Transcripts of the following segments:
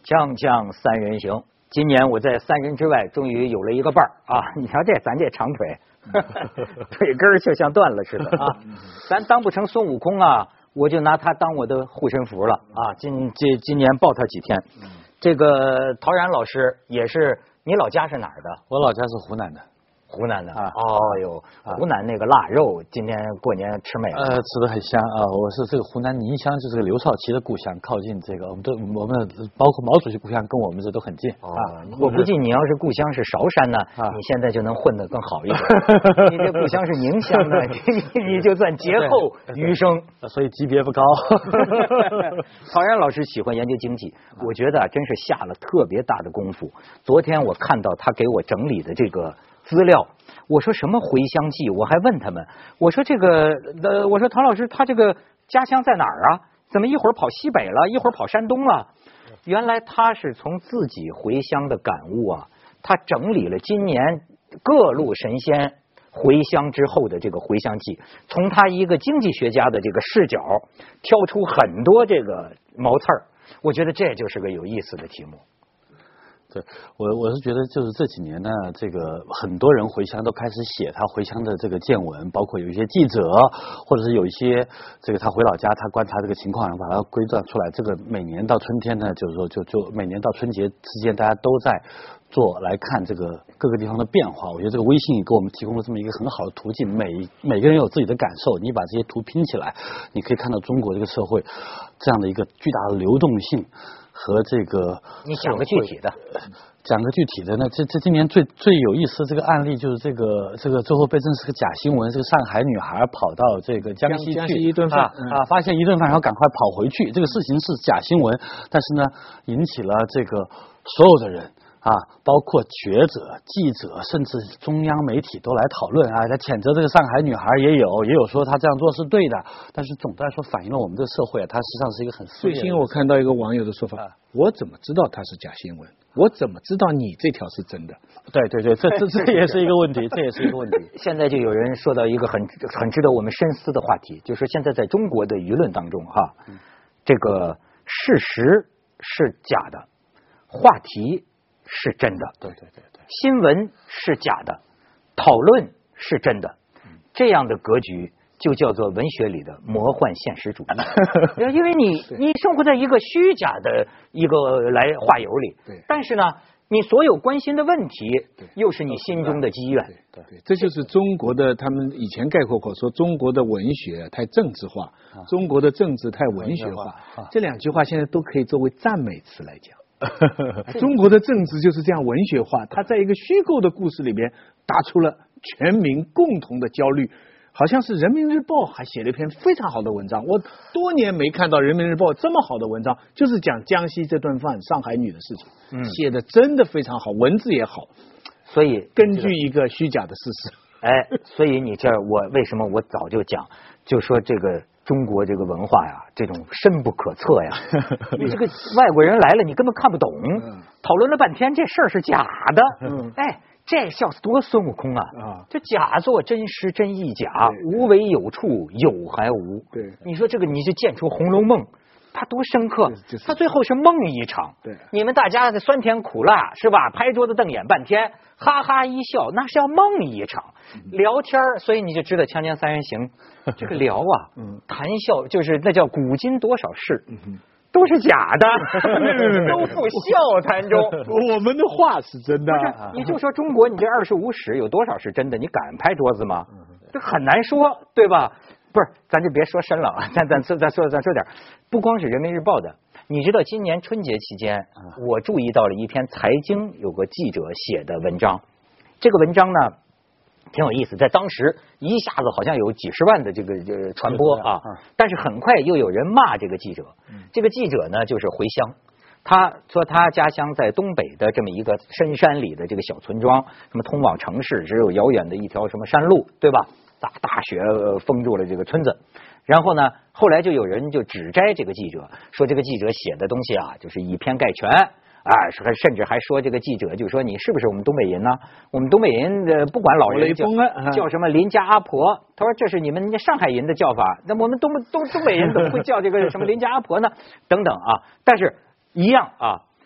锵锵三人行，今年我在三人之外终于有了一个伴儿啊！你瞧咱这长腿，腿根儿就像断了似的啊！咱当不成孙悟空啊，我就拿他当我的护身符了啊！今年抱他几天。这个陶然老师也是，你老家是哪儿的？ 我老家是湖南的。 湖南的啊，哦哟，湖南那个腊肉，今天过年吃美了。 吃的很香啊！我是这个湖南宁乡，就是这个刘少奇的故乡，靠近这个我们包括毛主席故乡跟我们这都很近啊。 我估计你要是故乡是韶山呢，你现在就能混得更好一点。你这故乡是宁乡的，你就算劫后余生， 所以级别不高。 陶然老师喜欢研究经济，我觉得真是下了特别大的功夫。昨天我看到他给我整理的这个资料，我说什么回乡记，我还问他们，我说我说陶老师他这个家乡在哪儿啊？怎么一会儿跑西北了，一会儿跑山东了？原来他是从自己回乡的感悟啊，他整理了今年各路神仙回乡之后的这个回乡记，从他一个经济学家的这个视角挑出很多这个毛刺儿，我觉得这就是个有意思的题目。 对，我是觉得就是这几年呢，这个很多人回乡都开始写他回乡的这个见闻，包括有一些记者，或者是有一些这个他回老家，他观察这个情况，然后把它规划出来。这个每年到春天呢，就是说就每年到春节之间，大家都在做来看这个各个地方的变化。我觉得这个微信也给我们提供了这么一个很好的途径，每个人有自己的感受，你把这些图拼起来，你可以看到中国这个社会这样的一个巨大的流动性。和这个， 你讲个具体的， 呢？这今年最有意思的这个案例就是这个最后被证实是个假新闻，这个上海女孩跑到这个江西去一顿饭发现一顿饭，然后赶快跑回去，这个事情是假新闻，但是呢引起了这个所有的人。包括学者、记者，甚至中央媒体都来讨论他谴责这个上海女孩，也有说他这样做是对的，但是总的来说反映了我们这个社会它实际上是一个很最新我看到一个网友的说法，我怎么知道它是假新闻？我怎么知道你这条是真的？ 对，这也是一个问题，这也是一个问题。 现在就有人说到一个很值得我们深思的话题，就是现在在中国的舆论当中这个事实是假的，话题是真的， 对， 新闻是假的，讨论是真的，这样的格局就叫做文学里的魔幻现实主义。因为你生活在一个虚假的一个来画友里，但是呢，你所有关心的问题又是你心中的积怨。 对，这就是中国的，他们以前概括过说中国的文学太政治化，中国的政治太文学化。这两句话现在都可以作为赞美词来讲。中国的政治就是这样文学化，它在一个虚构的故事里边打出了全民共同的焦虑。好像是人民日报还写了一篇非常好的文章，我多年没看到人民日报这么好的文章，就是讲江西这顿饭上海女的事情，写的真的非常好，文字也好， 所以根据一个虚假的事实。 所以你这为什么我早就讲，就说这个中国这个文化呀，这种深不可测呀，你这个外国人来了，你根本看不懂，讨论了半天这事儿是假的，这笑死多孙悟空啊！这假作真实，真亦假，无为有处，有还无。 对， 你说这个你就见出《红楼梦》，它多深刻，它最后是梦一场。 对， 你们大家的酸甜苦辣是吧？拍桌子瞪眼半天，哈哈一笑，那是要梦一场。聊天，所以你就知道《锵锵三人行》这个聊谈笑就是那叫古今多少事。都是假的，都付笑谈中。 我们的话是真的。 不是，你就说中国，你这25史有多少是真的？你敢拍桌子吗？这很难说，对吧？不是，咱就别说深了啊，咱说点。不光是人民日报的，你知道今年春节期间，我注意到了一篇财经有个记者写的文章，这个文章呢挺有意思，在当时一下子好像有几十万的这个传播但是很快又有人骂这个记者。这个记者呢就是回乡，他说他家乡在东北的这么一个深山里的这个小村庄，什么通往城市只有遥远的一条什么山路，对吧？大雪封住了这个村子。然后呢，后来就有人就指摘这个记者，说这个记者写的东西就是以偏概全。甚至还说这个记者就说你是不是我们东北人呢？我们东北人不管老人叫什么邻家阿婆，他说这是你们上海人的叫法，那我们东北人怎么会叫这个什么邻家阿婆呢？等等但是一样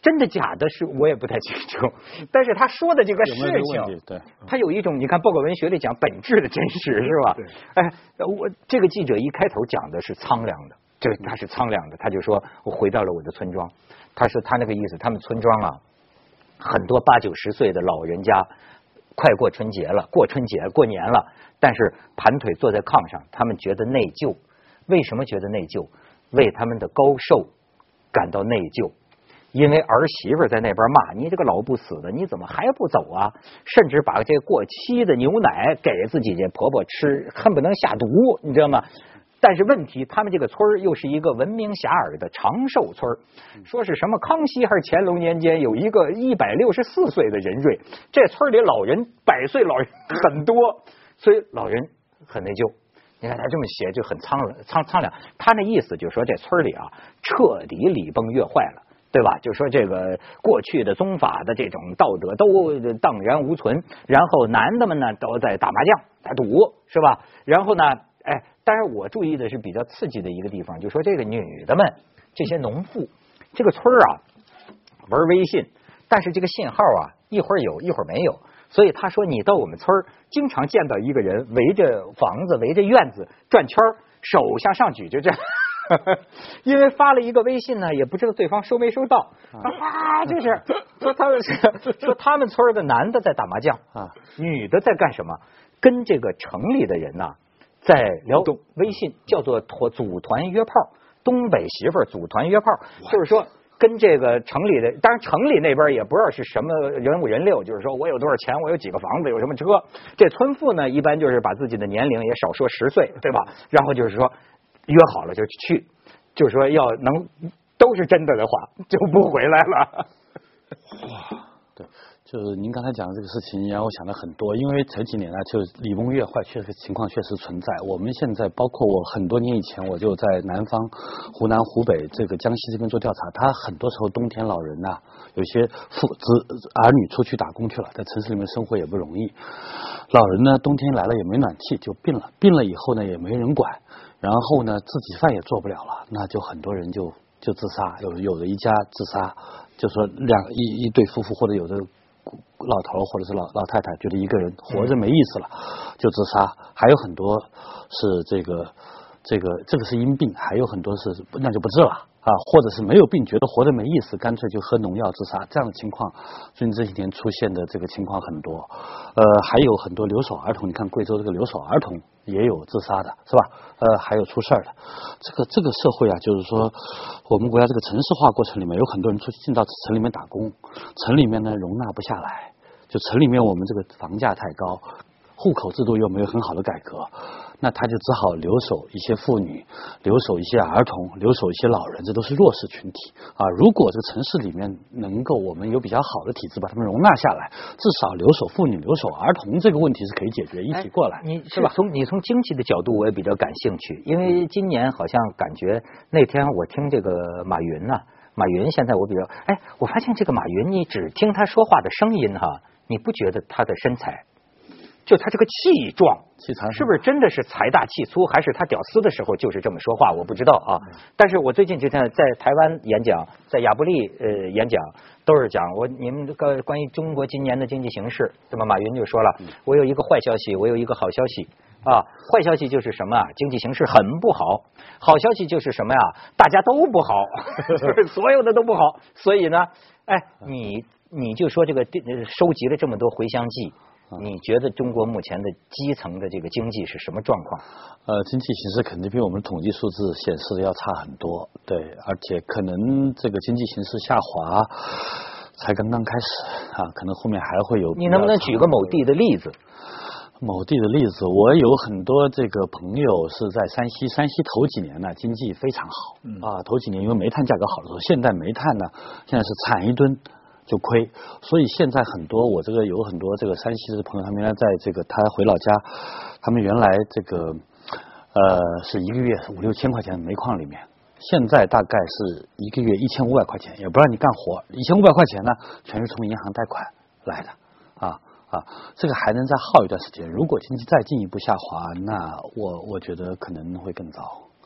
真的假的是我也不太清楚，但是他说的这个事情， 对， 他有一种你看报告文学里讲本质的真实是吧？哎，我这个记者一开头讲的是苍凉的，这个他是苍凉的，他就说我回到了我的村庄，他说他那个意思，他们村庄啊，很多80、90岁的老人家，快过春节了，过春节过年了，但是盘腿坐在炕上，他们觉得内疚。为什么觉得内疚？为他们的高寿感到内疚。因为儿媳妇在那边骂你这个老不死的，你怎么还不走啊？甚至把这过期的牛奶给自己这婆婆吃，恨不能下毒，你知道吗？但是问题，他们这个村又是一个闻名遐迩的长寿村，说是什么康熙还是乾隆年间有一个164岁的人瑞，这村里老人100岁老人很多，所以老人很内疚。你看他这么写就很苍凉，他那意思就是说这村里啊彻底礼崩乐坏了。对吧？就说这个过去的宗法的这种道德都荡然无存，然后男的们呢都在打麻将、打赌，是吧？然后呢，哎，当然我注意的是比较刺激的一个地方，就说这个女的们，这些农妇，这个村啊玩微信，但是这个信号啊一会儿有一会儿没有，所以他说你到我们村经常见到一个人围着房子、围着院子转圈，手向上举，就这样。因为发了一个微信呢，也不知道对方收没收到就是说他们村的男的在打麻将啊，女的在干什么？跟这个城里的人呐在聊微信，叫做组团约炮。东北媳妇组团约炮，就是说跟这个城里的，当然城里那边也不知道是什么人五人六，就是说我有多少钱，我有几个房子，有什么车。这村妇呢，一般就是把自己的年龄也少说10岁，对吧？然后就是说。约好了就去，就说要能都是真的的话，就不回来了。 哇，对，就是您刚才讲的这个事情，让我想了很多。因为前几年呢，就礼崩乐坏，确实情况确实存在。我们现在，包括我很多年以前，我就在南方、湖南、湖北、这个江西这边做调查。他很多时候冬天老人呐，有些儿女出去打工去了，在城市里面生活也不容易。老人呢，冬天来了也没暖气，就病了。病了以后呢，也没人管。然后呢，自己饭也做不了了，那就很多人就自杀，有的一家自杀，就说一对夫妇，或者有的老头或者是老太太觉得一个人活着没意思了，就自杀。还有很多是这个是因病，还有很多是那就不治了啊，或者是没有病觉得活着没意思，干脆就喝农药自杀。这样的情况最近这几年出现的这个情况很多。还有很多留守儿童，你看贵州这个留守儿童也有自杀的，是吧？还有出事儿的。这个社会啊，就是说我们国家这个城市化过程里面，有很多人进到城里面打工，城里面呢容纳不下来，就城里面我们这个房价太高，户口制度又没有很好的改革，那他就只好留守一些妇女，留守一些儿童，留守一些老人，这都是弱势群体啊。如果这个城市里面能够我们有比较好的体制把他们容纳下来，至少留守妇女、留守儿童这个问题是可以解决，一起过来。 你是吧？你从经济的角度，我也比较感兴趣，因为今年好像感觉那天我听这个马云呐，马云现在我比较我发现这个马云，你只听他说话的声音哈，你不觉得他的身材？就他这个气壮，是不是真的是财大气粗，还是他屌丝的时候就是这么说话？我不知道啊。但是我最近这天在台湾演讲，在亚布力演讲，都是讲你们关于中国今年的经济形势，那么马云就说了，我有一个坏消息，我有一个好消息啊。坏消息就是什么啊？经济形势很不好。好消息就是什么呀？大家都不好，所有的都不好。所以呢，你就说这个收集了这么多回乡记。你觉得中国目前的基层的这个经济是什么状况？ 经济形势肯定比我们统计数字显示的要差很多，对，而且可能这个经济形势下滑才刚刚开始啊，可能后面还会有。 你能不能举个某地的例子？ 某地的例子，我有很多这个朋友是在山西头几年呢经济非常好啊，头几年因为煤炭价格好的时候，现在煤炭呢现在是产一吨就亏，所以现在很多我这个有很多这个山西的朋友，他们原来在这个他回老家，他们原来这个是一个月5、6千块钱的煤矿里面，现在大概是一个月1500块钱，也不让你干活，1500块钱呢全是从银行贷款来的这个还能再耗一段时间。如果经济再进一步下滑，那我觉得可能会更糟。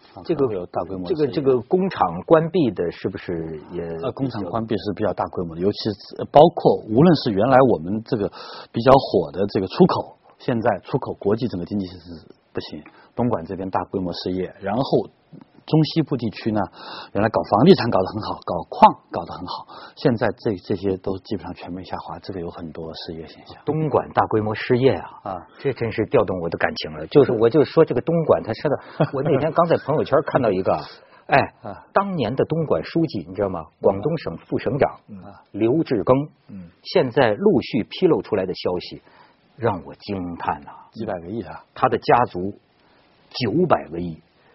这个有大规模这个工厂关闭的是不是也？ 工厂关闭是比较大规模的，尤其是包括无论是原来我们这个比较火的这个出口，现在出口国际整个经济是不行，东莞这边大规模失业，然后中西部地区呢，原来搞房地产搞得很好，搞矿搞得很好，现在这些都基本上全面下滑，这个有很多失业现象。 东莞大规模失业啊，这真是调动我的感情了。我就说这个东莞，他说的，我那天刚在朋友圈看到一个，当年的东莞书记，你知道吗？广东省副省长刘志庚，现在陆续披露出来的消息，让我惊叹呐， 几百个亿啊， 他的家族900个亿。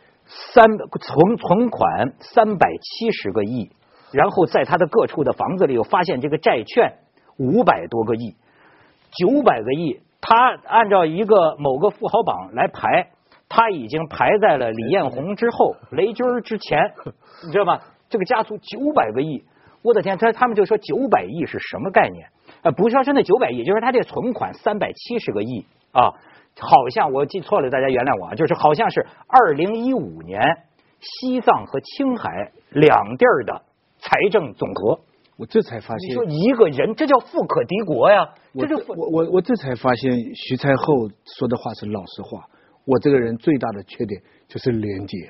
存款370个亿，然后在他的各处的房子里又发现这个债券500多个亿，900个亿，他按照一个某个富豪榜来排，他已经排在了李彦宏之后，雷军之前，你知道吗？这个家族900个亿，我的天，他们就说900亿是什么概念？不是说真的900亿，就是他这存款370个亿啊。好像我记错了，大家原谅我啊，就是好像是2015年西藏和青海两地的财政总和。 我这才发现， 你说一个人这叫富可敌国呀！ 我这才发现徐才厚说的话是老实话。我这个人最大的缺点就是廉洁，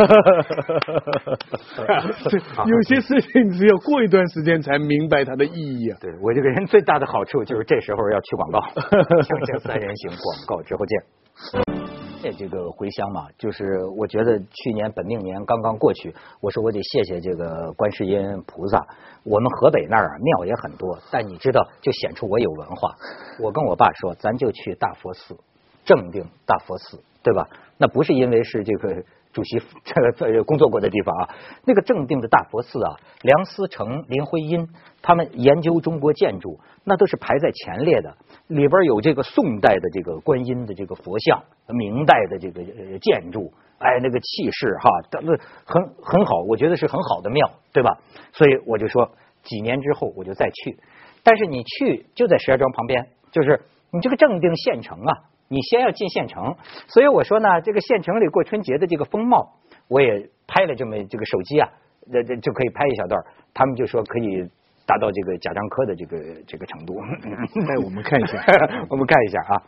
有些事情只有过一段时间才明白它的意义啊。 对，我这个人最大的好处就是这时候要去广告，锵锵三人行，广告之后见。这个回乡嘛，就是我觉得去年本命年刚刚过去，我说我得谢谢这个观世音菩萨。我们河北那儿庙也很多，但你知道，就显出我有文化。我跟我爸说，咱就去大佛寺。正定大佛寺，对吧？那不是因为是这个主席工作过的地方啊。那个正定的大佛寺啊，梁思成、林徽因他们研究中国建筑，那都是排在前列的。里边有这个宋代的这个观音的这个佛像，明代的这个建筑，那个气势哈，很好，我觉得是很好的庙，对吧？所以我就说，几年之后我就再去。但是你去就在石家庄旁边，就是你这个正定县城啊。你先要进县城，所以我说呢，这个县城里过春节的这个风貌，我也拍了这么这个手机啊，就可以拍一小段。他们就说可以达到这个贾樟柯的这个程度。 我们看一下， 我们看一下啊。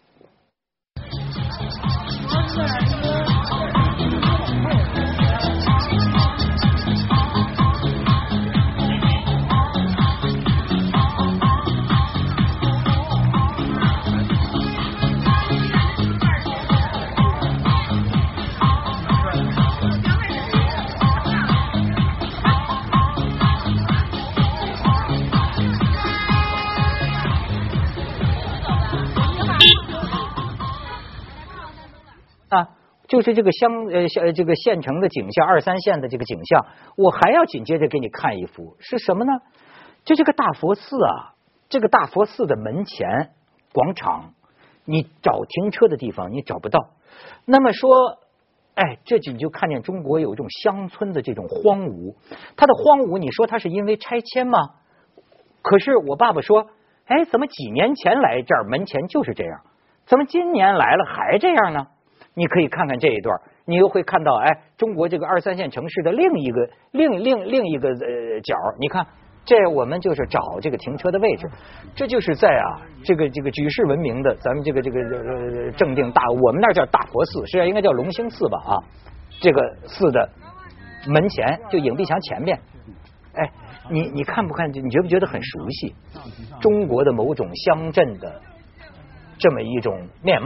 就是这个这个县城的景象，2、3线的这个景象，我还要紧接着给你看一幅，是什么呢？就这个大佛寺啊，这个大佛寺的门前广场，你找停车的地方你找不到。那么说，这你就看见中国有一种乡村的这种荒芜，它的荒芜，你说它是因为拆迁吗？可是我爸爸说，怎么几年前来这儿门前就是这样，怎么今年来了还这样呢？你可以看看这一段，你又会看到，中国这个2、3线城市的另一个角，你看，这我们就是找这个停车的位置，这就是在这个举世闻名的咱们这个正定我们那儿叫大佛寺，实际上应该叫龙兴寺吧啊，这个寺的门前就影壁墙前面，你看不看？你觉不觉得很熟悉？中国的某种乡镇的这么一种面貌。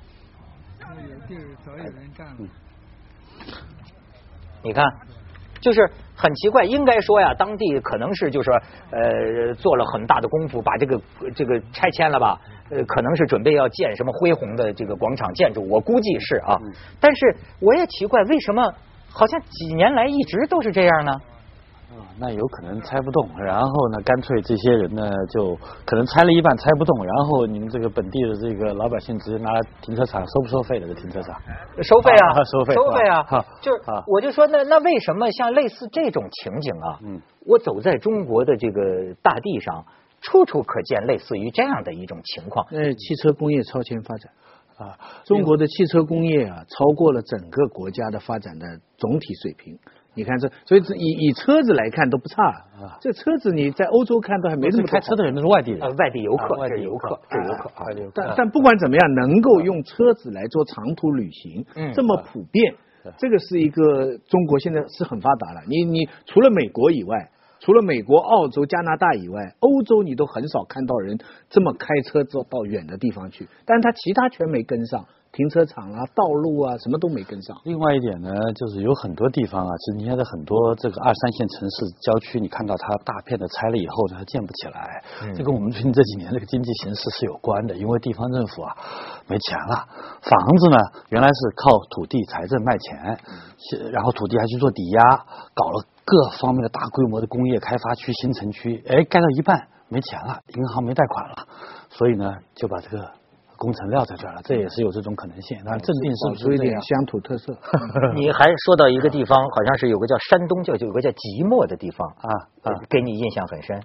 你看，就是很奇怪，应该说呀，当地可能是就是做了很大的功夫，把这个拆迁了吧，可能是准备要建什么恢宏的这个广场建筑，我估计是啊。但是我也奇怪，为什么好像几年来一直都是这样呢？ 那有可能拆不动，然后呢，干脆这些人呢，就可能拆了一半拆不动，然后你们这个本地的这个老百姓直接拿来停车场，收不收费的？这停车场收费啊， 收费啊，就是我就说那为什么像类似这种情景啊？我走在中国的这个大地上，处处可见类似于这样的一种情况。 汽车工业超前发展。 中国的汽车工业啊，超过了整个国家的发展的总体水平。你看所以以车子来看都不差啊。这车子你在欧洲看都还没那么多。 开车的人都是外地人， 外地游客，这是游客。 但不管怎么样，能够用车子来做长途旅行，这么普遍，这个是一个中国现在是很发达了。你除了美国以外。除了美国、澳洲、加拿大以外，欧洲你都很少看到人这么开车到远的地方去，但是他其他全没跟上，停车场啊、道路啊，什么都没跟上。 另外一点呢，就是有很多地方啊，其实你现在很多这个2、3线城市郊区，你看到它大片的拆了以后呢，它建不起来。这跟我们最近这几年这个经济形势是有关的，因为地方政府啊没钱了，房子呢原来是靠土地财政卖钱，然后土地还去做抵押，搞了各方面的大规模的工业开发区、新城区，盖到一半没钱了，银行没贷款了，所以呢就把这个工程撂在这儿了，这也是有这种可能性。但镇定是不是有一点乡土特色？ 你还说到一个地方，好像是有个叫山东，就有个叫即墨的地方给你印象很深。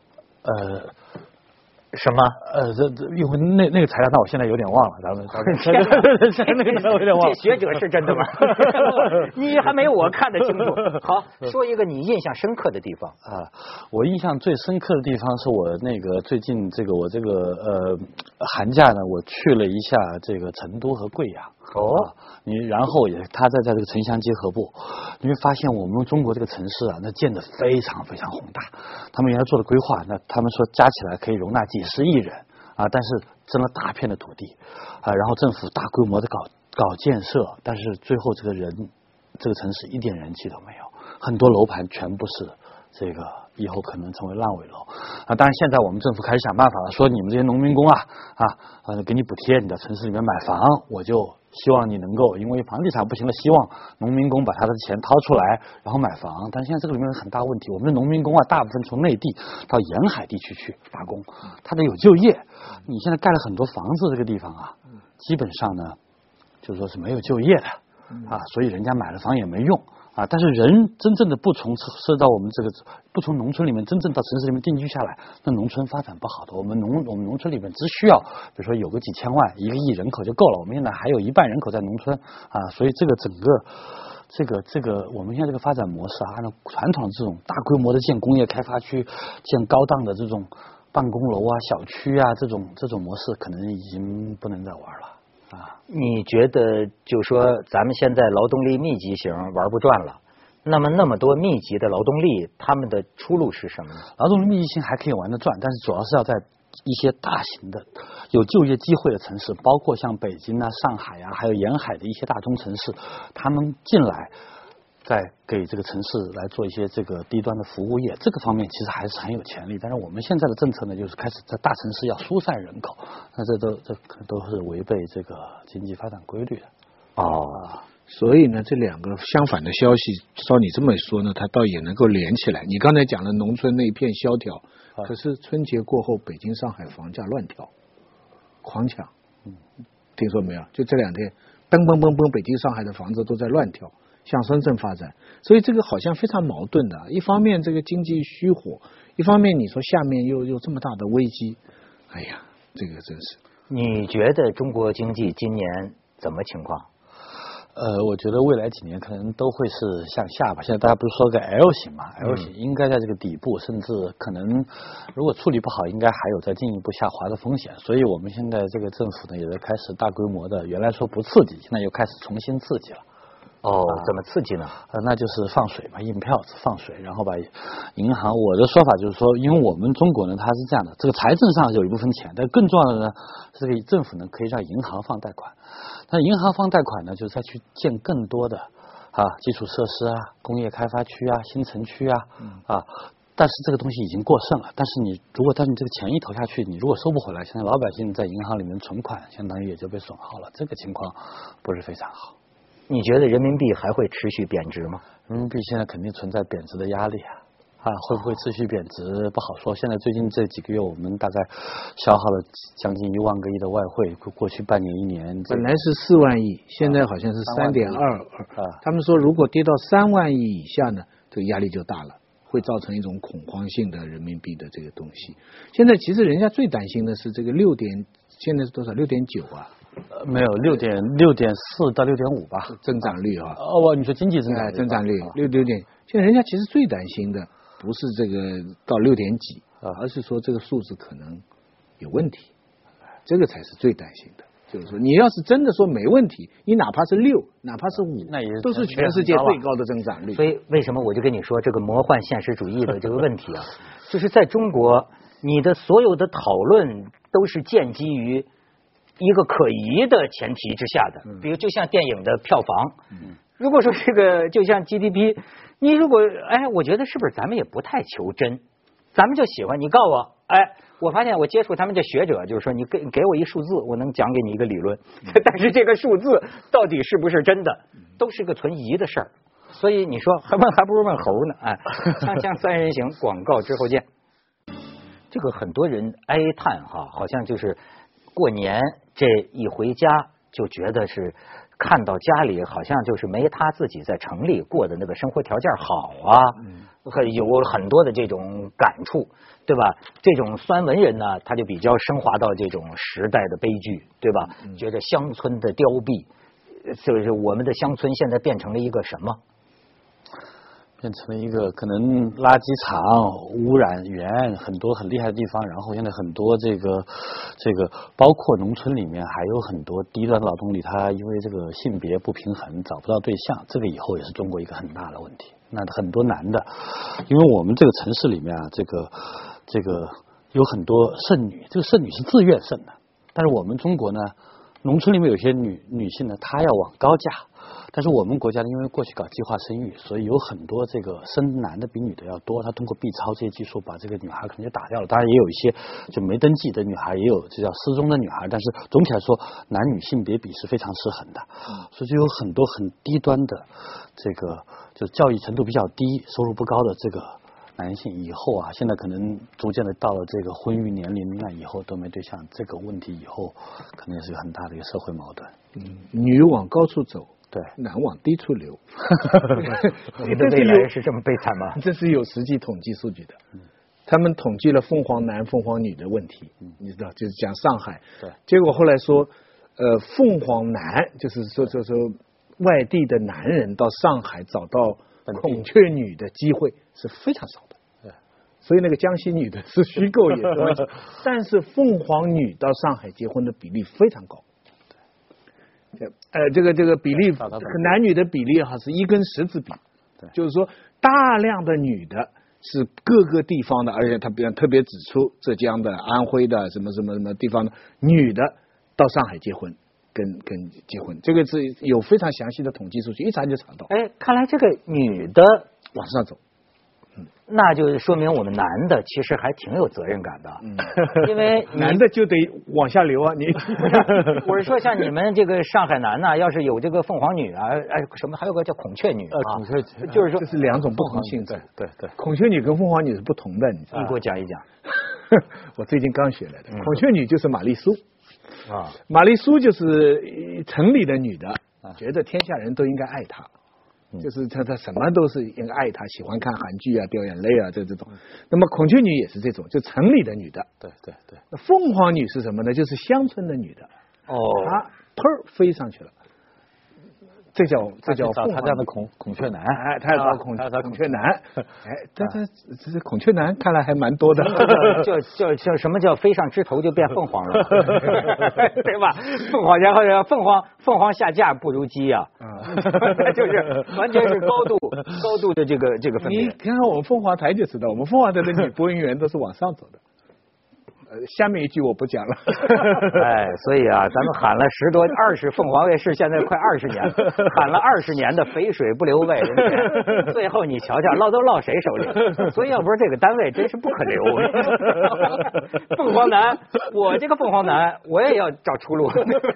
什么？ 因为那个材料，那我现在有点忘了，咱们那个材料有点忘了。 这学者是真的吗？你还没有我看得清楚。好，说一个你印象深刻的地方啊。我印象最深刻的地方是我那个最近我这个寒假呢，我去了一下这个成都和贵阳。然后他在这个城乡结合部，你会发现我们中国这个城市啊，那建得非常非常宏大。他们原来做的规划，那他们说加起来可以容纳几10亿人啊，但是征了大片的土地啊，然后政府大规模的搞建设，但是最后这个城市一点人气都没有，很多楼盘全部是这个以后可能成为烂尾楼啊！当然，现在我们政府开始想办法了，说你们这些农民工给你补贴，你在城市里面买房，我就希望你能够，因为房地产不行了，希望农民工把他的钱掏出来，然后买房。但现在这个里面有很大问题，我们的农民工大部分从内地到沿海地区去打工，他得有就业。你现在盖了很多房子，这个地方基本上呢，就是说是没有就业的所以人家买了房也没用。但是人真正的不从农村里面真正到城市里面定居下来，那农村发展不好的。我们农村里面只需要，比如说有个几千万，1个亿人口就够了。我们现在还有1半人口在农村所以这个整个我们现在这个发展模式按照传统这种大规模的建工业开发区、建高档的这种办公楼小区这种模式，可能已经不能再玩了。 你觉得就说咱们现在劳动力密集型玩不转了，那么多密集的劳动力，他们的出路是什么呢？ 劳动力密集型还可以玩得转，但是主要是要在一些大型的有就业机会的城市，包括像北京上海还有沿海的一些大中城市，他们进来再给这个城市来做一些这个低端的服务业，这个方面其实还是很有潜力。但是我们现在的政策呢，就是开始在大城市要疏散人口，那这可能都是违背这个经济发展规律的。 所以呢，这两个相反的消息，照你这么说呢，它倒也能够连起来。你刚才讲了农村那一片萧条，可是春节过后，北京、上海房价乱跳，狂抢，听说没有？就这2天，嘣，北京、上海的房子都在乱跳。向深圳发展，所以这个好像非常矛盾的。一方面这个经济虚火，一方面你说下面又这么大的危机，哎呀，这个真是。 你觉得中国经济今年怎么情况？ 我觉得未来几年可能都会是向下吧。现在大家不是说个 L 型嘛，L 型应该在这个底部，甚至可能如果处理不好，应该还有再进一步下滑的风险。所以我们现在这个政府呢，也在开始大规模的，原来说不刺激，现在又开始重新刺激了。 怎么刺激呢？ 那就是放水嘛，印票子放水，然后把银行。我的说法就是说，因为我们中国呢，它是这样的，这个财政上有一部分钱，但更重要的呢，这个政府呢可以让银行放贷款。那银行放贷款呢，就是再去建更多的基础设施工业开发区新城区但是这个东西已经过剩了。但是你这个钱一投下去，你如果收不回来，现在老百姓在银行里面存款，相当于也就被损耗了。这个情况不是非常好。 你觉得人民币还会持续贬值吗？ 人民币现在肯定存在贬值的压力会不会持续贬值不好说。现在最近这几个月，我们大概消耗了将近1万个亿的外汇，过去半年1年， 本来是4万亿，现在好像是3.22。他们说如果跌到3万亿以下呢，这个压力就大了，会造成一种恐慌性的人民币的这个东西。现在其实人家最担心的是这个现在是多少？6.9 没有6.4到6.5吧， 增长率啊。 你说经济增长率， 增长率6点，现在人家其实最担心的不是这个到6点几而是说这个数字可能有问题，这个才是最担心的。就是说，你要是真的说没问题，你哪怕是6，哪怕是5， 那也都是全世界最高的增长率。 所以为什么我就跟你说这个魔幻现实主义的这个问题啊，就是在中国，你的所有的讨论都是建基于一个可疑的前提之下的，比如就像电影的票房，如果说这个就像 GDP， 你如果我觉得是不是咱们也不太求真，咱们就喜欢你告诉我，我发现我接触他们这学者，就是说你给我一数字，我能讲给你一个理论，但是这个数字到底是不是真的，都是个存疑的事儿。所以你说还不如问猴呢。锵锵三人行，广告之后见。这个很多人哀叹哈，好像就是过年这一回家就觉得是看到家里好像就是没他自己在城里过的那个生活条件好啊，有很多的这种感触，对吧？这种酸文人呢，他就比较升华到这种时代的悲剧，对吧？觉得乡村的凋敝，就是我们的乡村现在变成了一个什么？ 变成了一个可能垃圾场、污染源很多很厉害的地方，然后现在很多这个包括农村里面还有很多低端劳动力，他因为这个性别不平衡找不到对象，这个以后也是中国一个很大的问题。那很多男的，因为我们这个城市里面啊，这个有很多剩女，这个剩女是自愿剩的，但是我们中国呢，农村里面有些女性呢，她要往高嫁。但是我们国家呢，因为过去搞计划生育，所以有很多这个生男的比女的要多。他通过 B 超这些技术把这个女孩可能就打掉了。当然也有一些就没登记的女孩，也有这叫失踪的女孩。但是总体来说，男女性别比是非常失衡的。所以就有很多很低端的这个就教育程度比较低、收入不高的这个男性，以后啊，现在可能逐渐的到了这个婚育年龄，那以后都没对象，这个问题以后可能也是个很大的一个社会矛盾。 女往高处走。 对， 男往低处流。 你的未来是这么悲惨吗？ 这是有实际统计数据的。他们统计了凤凰男、凤凰女的问题，你知道，就是讲上海。 对。 结果后来说，凤凰男就是说外地的男人到上海找到孔雀女的机会是非常少的。对。所以那个江西女的是虚构也是，但是凤凰女到上海结婚的比例非常高。这个比例和男女的比例哈是1跟10之比，就是说大量的女的是各个地方的，而且他特别指出浙江的、安徽的什么地方的女的到上海结婚，跟结婚，这个是有非常详细的统计数据，一查就查到。 看来这个女的往上走。 那就说明我们男的其实还挺有责任感的，因为男的就得往下流啊！你我是说，像你们这个上海男呢，要是有这个凤凰女啊，什么还有个叫孔雀女啊， 孔雀就是说这是2种不同性质。 对， 孔雀女跟凤凰女是不同的，你给我讲一讲。 我最近刚学来的，孔雀女就是玛丽苏啊， 玛丽苏就是城里的女的，觉得天下人都应该爱她。就是他什么都是应该爱他，喜欢看韩剧啊，掉眼泪啊，这种。那么孔雀女也是这种，就城里的女的。 对。 那凤凰女是什么呢？就是乡村的女的。她飞上去了。这叫凤凰女。 他这样的孔雀男。 他要找孔雀男。这孔雀男看来还蛮多的。 叫什么叫飞上枝头就变凤凰了，对吧？凤凰然后凤凰下架不如鸡啊，就是完全是高度的这个分别。 你看看我们凤凰台就知道，我们凤凰台的女播音员都是往上走的。下面一句我不讲了。 所以啊，咱们喊了20凤凰卫视现在快20年，喊了20年的肥水不流外人田，最后你瞧瞧都落谁手里？所以要不是这个单位真是不可留。凤凰男，我这个凤凰男，我也要找出路。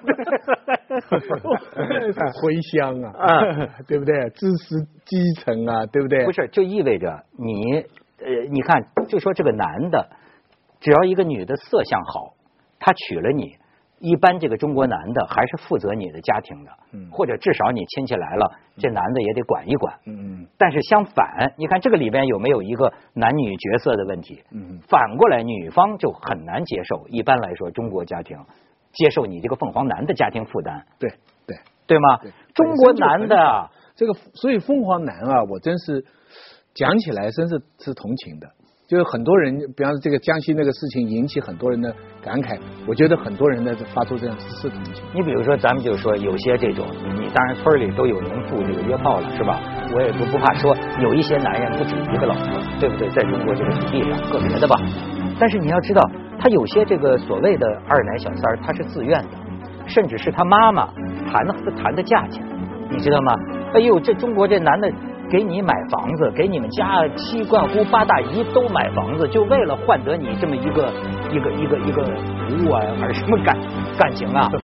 回乡啊，对不对？知识基层啊，对不对？ 不是，就意味着你看，就说这个男的。只要一个女的色相好，她娶了你，一般这个中国男的还是负责你的家庭的，或者至少你亲戚来了，这男的也得管一管。但是相反，你看这个里边有没有一个男女角色的问题？反过来，女方就很难接受。一般来说，中国家庭接受你这个凤凰男的家庭负担。 对吗？中国男的这个，所以凤凰男啊，我真是讲起来真是同情的。就是很多人，比方说这个江西那个事情引起很多人的感慨，我觉得很多人呢发出这样是同情。 你比如说，咱们就说有些这种，你当然村里都有农妇这个约炮了，是吧？我也不怕说，有一些男人不止一个老婆，对不对？在中国这个土地上，个别的吧。但是你要知道，他有些这个所谓的二奶小三儿，他是自愿的，甚至是他妈妈谈的价钱，你知道吗？哎呦，这中国这男的。给你买房子，给你们家七冠姑八大姨都买房子，就为了换得你这么一个服务啊，还是什么感情啊？